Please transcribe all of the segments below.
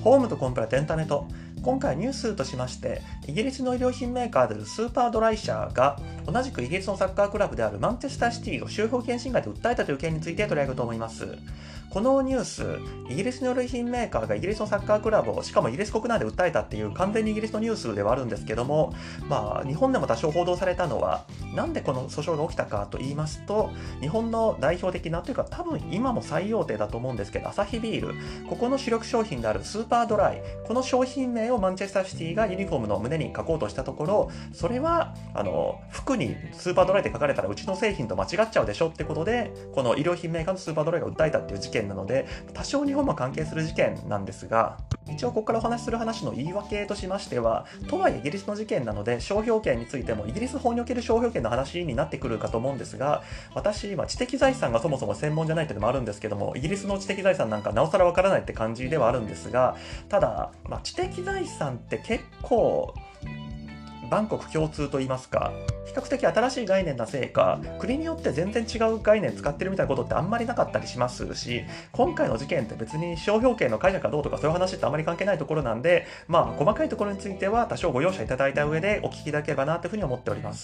ホームとコンプラとエンタメと、今回ニュースとしまして、イギリスの衣料品メーカーであるスーパードライ社が同じくイギリスのサッカークラブであるマンチェスターシティを商標権侵害で訴えたという件について取り上げようと思います。このニュース、イギリスの衣料品メーカーがイギリスのサッカークラブをしかもイギリス国内で訴えたっていう完全にイギリスのニュースではあるんですけども、日本でも多少報道されたのは、なんでこの訴訟が起きたかと言いますと、日本の代表的なというか多分今も最大手だと思うんですけど、アサヒビール、ここの主力商品であるスーパードライ、この商品名をマンチェスターシティがユニフォームの胸に書こうとしたところ、それは服にスーパードライって書かれたらうちの製品と間違っちゃうでしょってことで、この衣料品メーカーのスーパードライが訴えたっていう事件なので、多少日本も関係する事件なんですが、一応ここからお話しする話の言い訳としましては、とはいえイギリスの事件なので商標権についてもイギリス法における商標権の話になってくるかと思うんですが、私、知的財産がそもそも専門じゃないというのもあるんですけども、イギリスの知的財産なんかなおさらわからないって感じではあるんですが、ただ、知的財産って結構万国共通と言いますか、比較的新しい概念なせいか、国によって全然違う概念使ってるみたいなことってあんまりなかったりしますし、今回の事件って別に商標権の解釈がどうとかそういう話ってあんまり関係ないところなんで、細かいところについては多少ご容赦いただいた上でお聞きいただければなというふうに思っております。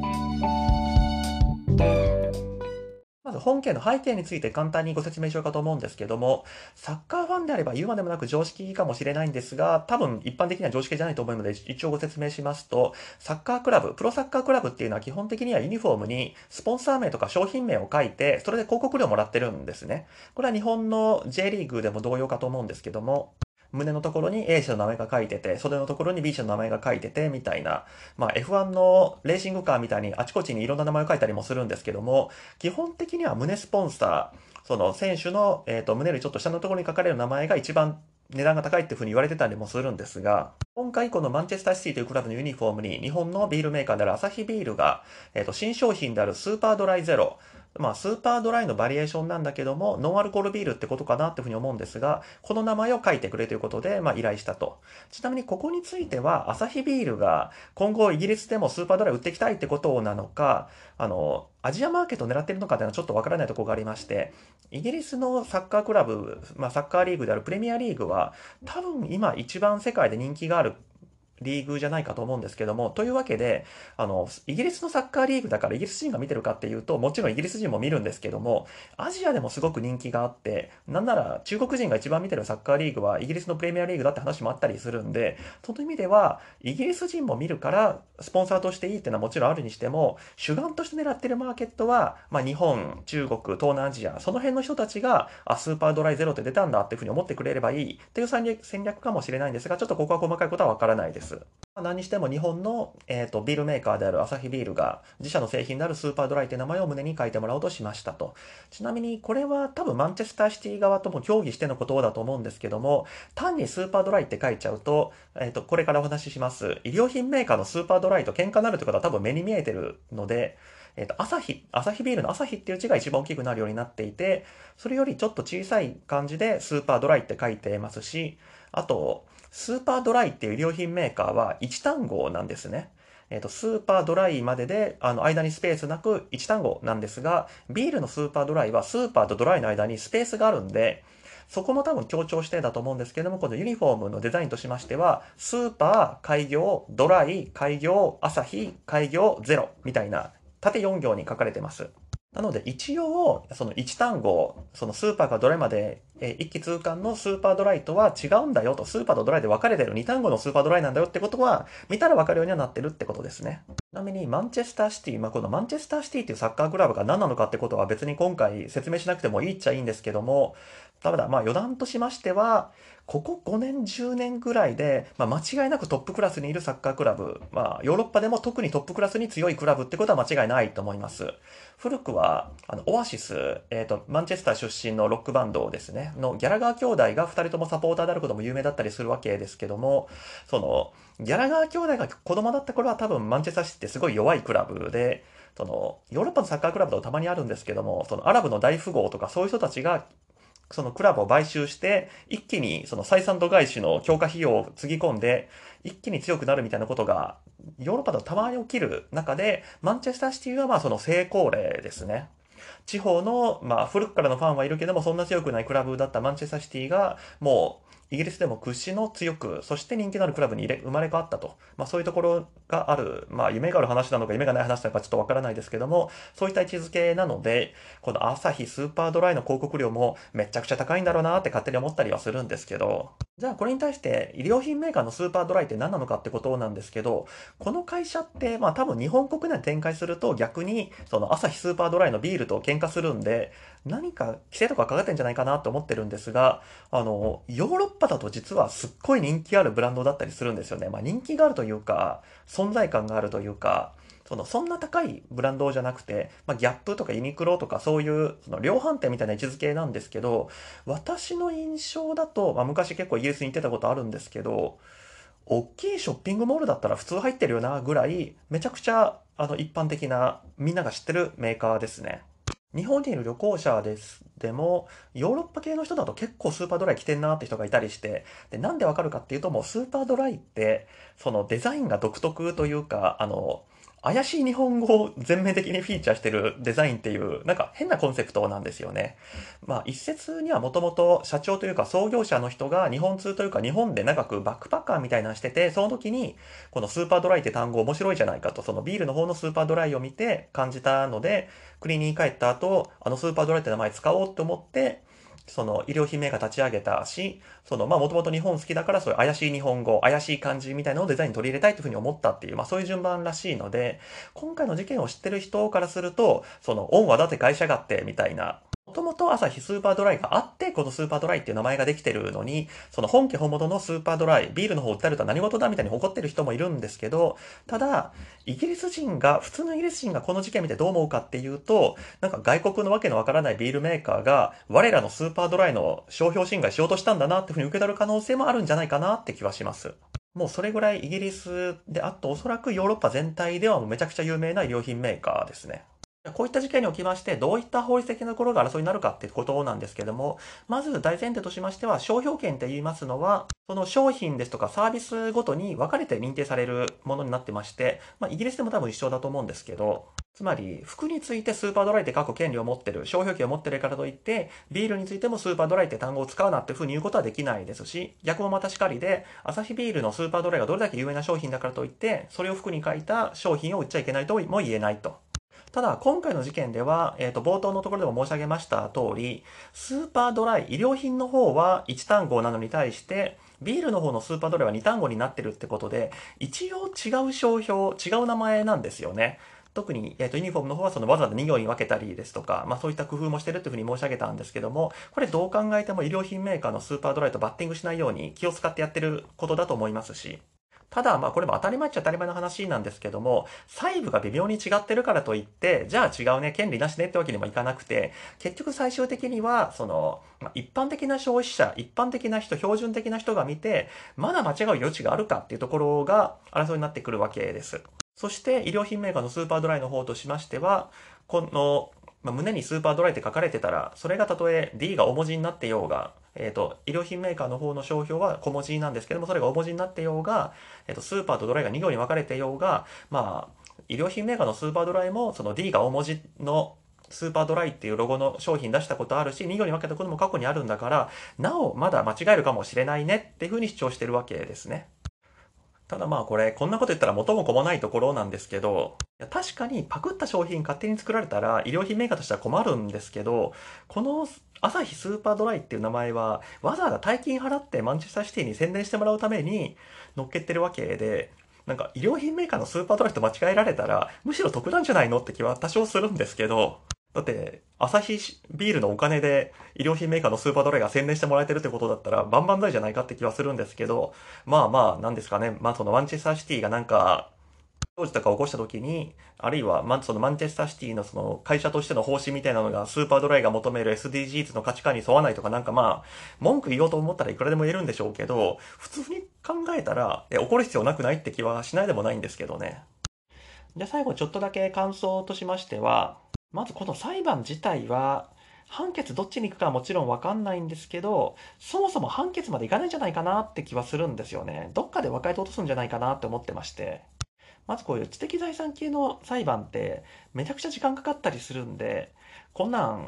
まず本件の背景について簡単にご説明しようかと思うんですけども、サッカーファンであれば言うまでもなく常識かもしれないんですが、多分一般的には常識じゃないと思うので一応ご説明しますと、サッカークラブ、プロサッカークラブっていうのは基本的にはユニフォームにスポンサー名とか商品名を書いて、それで広告料をもらってるんですね。これは日本の J リーグでも同様かと思うんですけども、胸のところに A 社の名前が書いてて、袖のところに B 社の名前が書いてて、みたいな。F1 のレーシングカーみたいにあちこちにいろんな名前を書いたりもするんですけども、基本的には胸スポンサー、その選手の、胸よりちょっと下のところに書かれる名前が一番値段が高いっていうふうに言われてたりもするんですが、今回このマンチェスターシティというクラブのユニフォームに日本のビールメーカーであるアサヒビールが、新商品であるスーパードライゼロ、スーパードライのバリエーションなんだけども、ノンアルコールビールってことかなっていうふうに思うんですが、この名前を書いてくれということで、依頼したと。ちなみにここについては、アサヒビールが今後イギリスでもスーパードライ売っていきたいってことなのか、アジアマーケットを狙っているのかっていうのはちょっとわからないところがありまして、イギリスのサッカークラブ、サッカーリーグであるプレミアリーグは、多分今一番世界で人気があるリーグじゃないかと思うんですけども、というわけで、イギリスのサッカーリーグだからイギリス人が見てるかっていうと、もちろんイギリス人も見るんですけども、アジアでもすごく人気があって、なんなら中国人が一番見てるサッカーリーグはイギリスのプレミアリーグだって話もあったりするんで、その意味では、イギリス人も見るから、スポンサーとしていいっていうのはもちろんあるにしても、主眼として狙ってるマーケットは、日本、中国、東南アジア、その辺の人たちが、スーパードライゼロって出たんだっていうふうに思ってくれればいいっていう戦略かもしれないんですが、ちょっとここは細かいことはわからないです。何にしても日本の、ビールメーカーであるアサヒビールが自社の製品であるスーパードライという名前を胸に書いてもらおうとしましたと。ちなみにこれは多分マンチェスターシティ側とも協議してのことだと思うんですけども、単にスーパードライって書いちゃうと、これからお話しします。衣料品メーカーのスーパードライと喧嘩になるということは多分目に見えてるので、アサヒビールのアサヒっていう字が一番大きくなるようになっていて、それよりちょっと小さい感じでスーパードライって書いてますし、あと、スーパードライっていう衣料品メーカーは1単語なんですね。スーパードライまでで、間にスペースなく1単語なんですが、ビールのスーパードライはスーパーとドライの間にスペースがあるんで、そこも多分強調してだと思うんですけども、このユニフォームのデザインとしましては、スーパー、開業、ドライ、開業、アサヒ、開業、ゼロみたいな縦4行に書かれてます。なので一応、その1単語、そのスーパーからドライまで、一気通貫のスーパードライとは違うんだよと、スーパーとドライで分かれてる2単語のスーパードライなんだよってことは、見たら分かるようにはなってるってことですね。ちなみに、マンチェスターシティ、このマンチェスターシティっていうサッカークラブが何なのかってことは別に今回説明しなくてもいいっちゃいいんですけども、ただ、余談としましては、ここ5年、10年ぐらいで、間違いなくトップクラスにいるサッカークラブ、ヨーロッパでも特にトップクラスに強いクラブってことは間違いないと思います。古くは、オアシス、マンチェスター出身のロックバンドですね、のギャラガー兄弟が2人ともサポーターであることも有名だったりするわけですけども、その、ギャラガー兄弟が子供だった頃は多分マンチェスターシティってすごい弱いクラブで、ヨーロッパのサッカークラブだとたまにあるんですけども、アラブの大富豪とかそういう人たちがそのクラブを買収して、一気にその採算度外視の強化費用をつぎ込んで、一気に強くなるみたいなことが、ヨーロッパではたまに起きる中で、マンチェスターシティはその成功例ですね。地方の、古くからのファンはいるけども、そんな強くないクラブだったマンチェスターシティが、もう、 イギリスでも屈指の強く、そして人気のあるクラブに生まれ変わったと。そういうところがある、夢がある話なのか夢がない話なのかちょっとわからないですけども、そういった位置づけなので、このアサヒスーパードライの広告料もめちゃくちゃ高いんだろうなって勝手に思ったりはするんですけど、じゃあこれに対して衣料品メーカーのスーパードライって何なのかってことなんですけど、この会社って、多分日本国内で展開すると逆に、そのアサヒスーパードライのビールと喧嘩するんで、何か規制とかかかってんじゃないかなと思ってるんですが、ヨーロッパだと実はすっごい人気あるブランドだったりするんですよね。人気があるというか、存在感があるというか、そんな高いブランドじゃなくて、ギャップとかユニクロとかそういう、量販店みたいな位置づけなんですけど、私の印象だと、昔結構イギリスに行ってたことあるんですけど、大きいショッピングモールだったら普通入ってるよなぐらい、めちゃくちゃ、一般的な、みんなが知ってるメーカーですね。日本にいる旅行者でも、ヨーロッパ系の人だと結構スーパードライ着てんなって人がいたりして、で、なんでわかるかっていうともうスーパードライって、そのデザインが独特というか、怪しい日本語を全面的にフィーチャーしてるデザインっていう、なんか変なコンセプトなんですよね。一説にはもともと社長というか創業者の人が日本通というか日本で長くバックパッカーみたいなのしてて、その時にこのスーパードライって単語面白いじゃないかと、そのビールの方のスーパードライを見て感じたので、国に帰った後、スーパードライって名前使おうと思って、その医療品メーカー立ち上げたし、もともと日本好きだからそういう怪しい日本語、怪しい漢字みたいなのをデザインに取り入れたいというふうに思ったっていう、そういう順番らしいので、今回の事件を知ってる人からすると、恩和だって会社があって、みたいな、もともとアサヒスーパードライがあって、このスーパードライっていう名前ができてるのに、その本家本元のスーパードライ、ビールの方を訴えるとは何事だみたいに怒ってる人もいるんですけど、ただ、普通のイギリス人がこの事件見てどう思うかっていうと、なんか外国のわけのわからないビールメーカーが、我らのスーパードライの商標侵害しようとしたんだなっていうふうに受け取る可能性もあるんじゃないかなって気はします。もうそれぐらいイギリスであとおそらくヨーロッパ全体ではもうめちゃくちゃ有名な衣料品メーカーですね。こういった事件におきまして、どういった法律的なところが争いになるかってことなんですけども、まず大前提としましては、商標権って言いますのは、その商品ですとかサービスごとに分かれて認定されるものになってまして、イギリスでも多分一緒だと思うんですけど、つまり、服についてスーパードライって書く権利を持ってる、商標権を持ってるからといって、ビールについてもスーパードライって単語を使うなっていうふうに言うことはできないですし、逆もまたしかりで、アサヒビールのスーパードライがどれだけ有名な商品だからといって、それを服に書いた商品を売っちゃいけないとも言えないと。ただ、今回の事件では、冒頭のところでも申し上げました通り、スーパードライ、衣料品の方は1単語なのに対して、ビールの方のスーパードライは2単語になってるってことで、一応違う商標、違う名前なんですよね。特に、ユニフォームの方はそのわざわざ2行に分けたりですとか、そういった工夫もしてるっていうふうに申し上げたんですけども、これどう考えても衣料品メーカーのスーパードライとバッティングしないように気を使ってやってることだと思いますし、ただ、これも当たり前っちゃ当たり前の話なんですけども、細部が微妙に違ってるからといって、じゃあ違うね、権利なしねってわけにもいかなくて、結局最終的には、一般的な消費者、一般的な人、標準的な人が見て、まだ間違う余地があるかっていうところが争いになってくるわけです。そして、衣料品メーカーのスーパードライの方としましては、この、胸にスーパードライって書かれてたら、それがたとえ D が大文字になってようが、衣料品メーカーの方の商標は小文字なんですけども、それが大文字になってようが、スーパーとドライが2行に分かれてようが、衣料品メーカーのスーパードライも、その D が大文字のスーパードライっていうロゴの商品出したことあるし、2行に分けたことも過去にあるんだから、なおまだ間違えるかもしれないねっていうふうに主張してるわけですね。ただこれ、こんなこと言ったら元も子もないところなんですけど、確かにパクった商品勝手に作られたら医療品メーカーとしては困るんですけど、このアサヒスーパードライっていう名前はわざわざ大金払ってマンチェスターシティに宣伝してもらうために乗っけてるわけで、なんか医療品メーカーのスーパードライと間違えられたらむしろ得なんじゃないのって気は多少するんですけど、だって、アサヒビールのお金で医療品メーカーのスーパードライが宣伝してもらえてるってことだったら万々歳じゃないかって気はするんですけど、なんですかね。そのマンチェスターシティがなんか、当時とか起こした時に、あるいは、そのマンチェスターシティのその会社としての方針みたいなのがスーパードライが求める SDGs の価値観に沿わないとかなんか文句言おうと思ったらいくらでも言えるんでしょうけど、普通に考えたら、怒る必要なくないって気はしないでもないんですけどね。で、最後ちょっとだけ感想としましては、まずこの裁判自体は、判決どっちに行くかはもちろんわかんないんですけど、そもそも判決までいかないんじゃないかなって気はするんですよね。どっかで和解と落とすんじゃないかなって思ってまして。まずこういう知的財産系の裁判ってめちゃくちゃ時間かかったりするんで、こんなん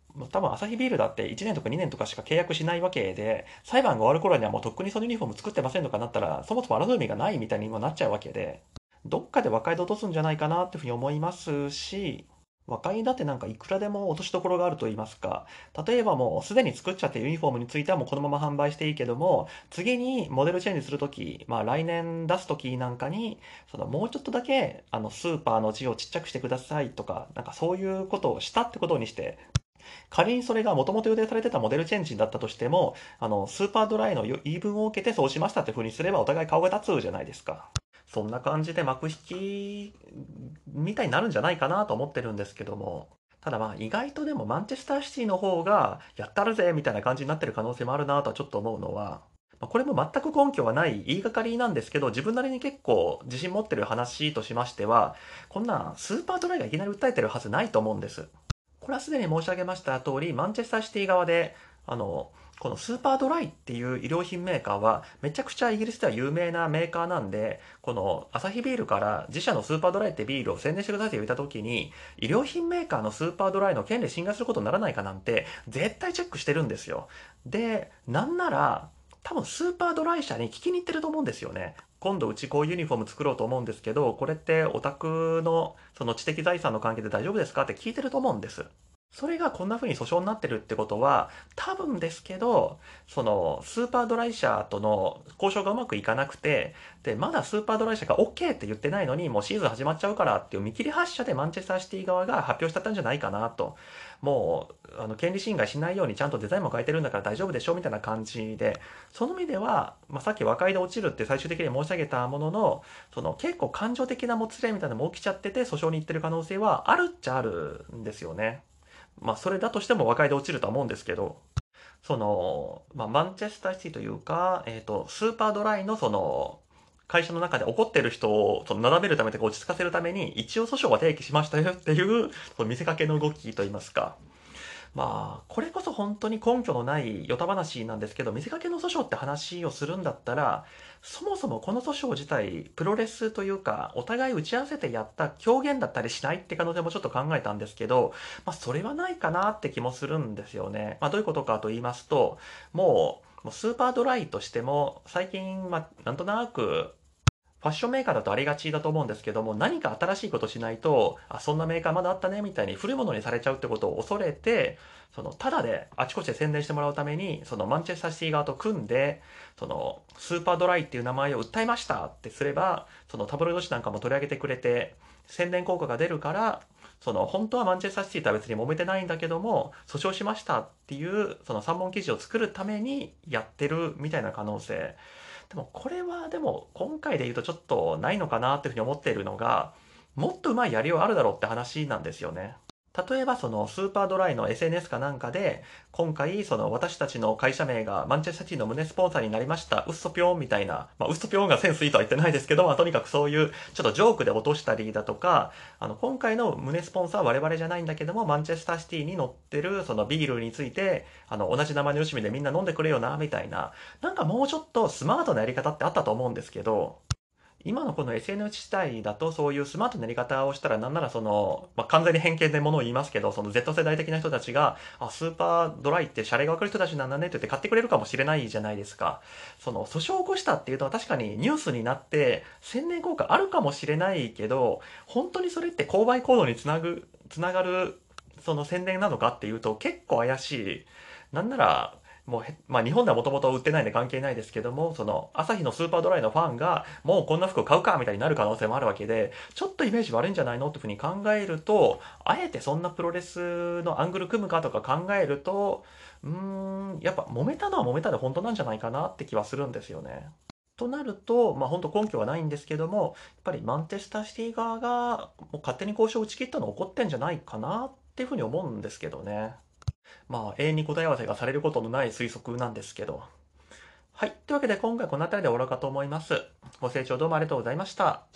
多分アサヒビールだって1年とか2年とかしか契約しないわけで、裁判が終わる頃にはもうとっくにそのユニフォーム作ってませんとかなったら、そもそも争う意味がないみたいに今なっちゃうわけで、どっかで和解で落とすんじゃないかなっていうふうに思いますし、和解だってなんかいくらでも落としどころがあると言いますか、例えばもうすでに作っちゃってるユニフォームについてはもうこのまま販売していいけども、次にモデルチェンジするとき、まあ来年出すときなんかに、そのもうちょっとだけスーパーの字をちっちゃくしてくださいとか、なんかそういうことをしたってことにして、仮にそれがもともと予定されてたモデルチェンジだったとしても、スーパードライの言い分を受けてそうしましたって風にすればお互い顔が立つじゃないですか。そんな感じで幕引きみたいになるんじゃないかなと思ってるんですけども。ただまあ意外とでもマンチェスターシティの方がやったるぜみたいな感じになってる可能性もあるなとはちょっと思うのは、これも全く根拠はない言いがかりなんですけど、自分なりに結構自信持ってる話としましては、こんなスーパードライがいきなり訴えてるはずないと思うんです。これはすでに申し上げました通り、マンチェスターシティ側で、あの、このスーパードライっていう衣料品メーカーはめちゃくちゃイギリスでは有名なメーカーなんで、このアサヒビールから自社のスーパードライってビールを宣伝してくださいって言った時に、衣料品メーカーのスーパードライの権利侵害することにならないかなんて絶対チェックしてるんですよ。で、なんなら多分スーパードライ社に聞きに行ってると思うんですよね。今度うちこういうユニフォーム作ろうと思うんですけど、これってオタクのその知的財産の関係で大丈夫ですかって聞いてると思うんです。それがこんな風に訴訟になってるってことは、多分ですけど、そのスーパードライ社との交渉がうまくいかなくて、で、まだスーパードライ社が OK って言ってないのに、もうシーズン始まっちゃうからっていう見切り発車でマンチェスターシティ側が発表しちゃったんじゃないかなと。もう、権利侵害しないようにちゃんとデザインも変えてるんだから大丈夫でしょみたいな感じで、その意味では、さっき和解で落ちるって最終的に申し上げたものの、その結構感情的なもつれみたいなのも起きちゃってて訴訟に行ってる可能性はあるっちゃあるんですよね。それだとしても和解で落ちるとは思うんですけど、マンチェスターシティというか、スーパードライの会社の中で怒ってる人をなだめるためとか落ち着かせるために、一応訴訟は提起しましたよっていう、その見せかけの動きといいますか。これこそ本当に根拠のないヨタ話なんですけど、見せかけの訴訟って話をするんだったら、そもそもこの訴訟自体、プロレスというか、お互い打ち合わせてやった狂言だったりしないって可能性もちょっと考えたんですけど、それはないかなって気もするんですよね。どういうことかと言いますと、もうスーパードライとしても、最近、なんとなく、ファッションメーカーだとありがちだと思うんですけども、何か新しいことしないと、あ、そんなメーカーまだあったね、みたいに古いものにされちゃうってことを恐れて、ただであちこちで宣伝してもらうために、マンチェスターシティ側と組んで、スーパードライっていう名前を訴えましたってすれば、タブロイド紙なんかも取り上げてくれて、宣伝効果が出るから、本当はマンチェスターシティとは別に揉めてないんだけども、訴訟しましたっていう、3本記事を作るためにやってるみたいな可能性。でもこれはでも今回で言うとちょっとないのかなっていうふうに思っているのが、もっと上手いやりようあるだろうって話なんですよね。例えばスーパードライの SNS かなんかで、今回私たちの会社名がマンチェスターシティの胸スポンサーになりました。ウッソピョンみたいな。ウッソピョンがセンスいいとは言ってないですけど、とにかくそういうちょっとジョークで落としたりだとか、今回の胸スポンサーは我々じゃないんだけども、マンチェスターシティに乗ってるそのビールについて、同じ名前のよしみでみんな飲んでくれよな、みたいな。なんかもうちょっとスマートなやり方ってあったと思うんですけど、今のこの SNS 時代だとそういうスマートなやり方をしたらなんなら完全に偏見でものを言いますけど、Z 世代的な人たちが、あ、スーパードライってシャレがわかる人たちなんだねって言って買ってくれるかもしれないじゃないですか。訴訟を起こしたっていうのは確かにニュースになって宣伝効果あるかもしれないけど、本当にそれって購買行動につながる宣伝なのかっていうと結構怪しい。なんなら、もう日本ではもともと売ってないんで関係ないですけども、アサヒのスーパードライのファンが、もうこんな服買うかみたいになる可能性もあるわけで、ちょっとイメージ悪いんじゃないのっていうふうに考えると、あえてそんなプロレスのアングル組むかとか考えると、やっぱ揉めたのは揉めたで本当なんじゃないかなって気はするんですよね。となると、本当根拠はないんですけども、やっぱりマンチェスターシティ側がもう勝手に交渉を打ち切ったの起こってんじゃないかなっていうふうに思うんですけどね。永遠に答え合わせがされることのない推測なんですけど。はい。というわけで今回この辺りで終わろうかと思います。ご清聴どうもありがとうございました。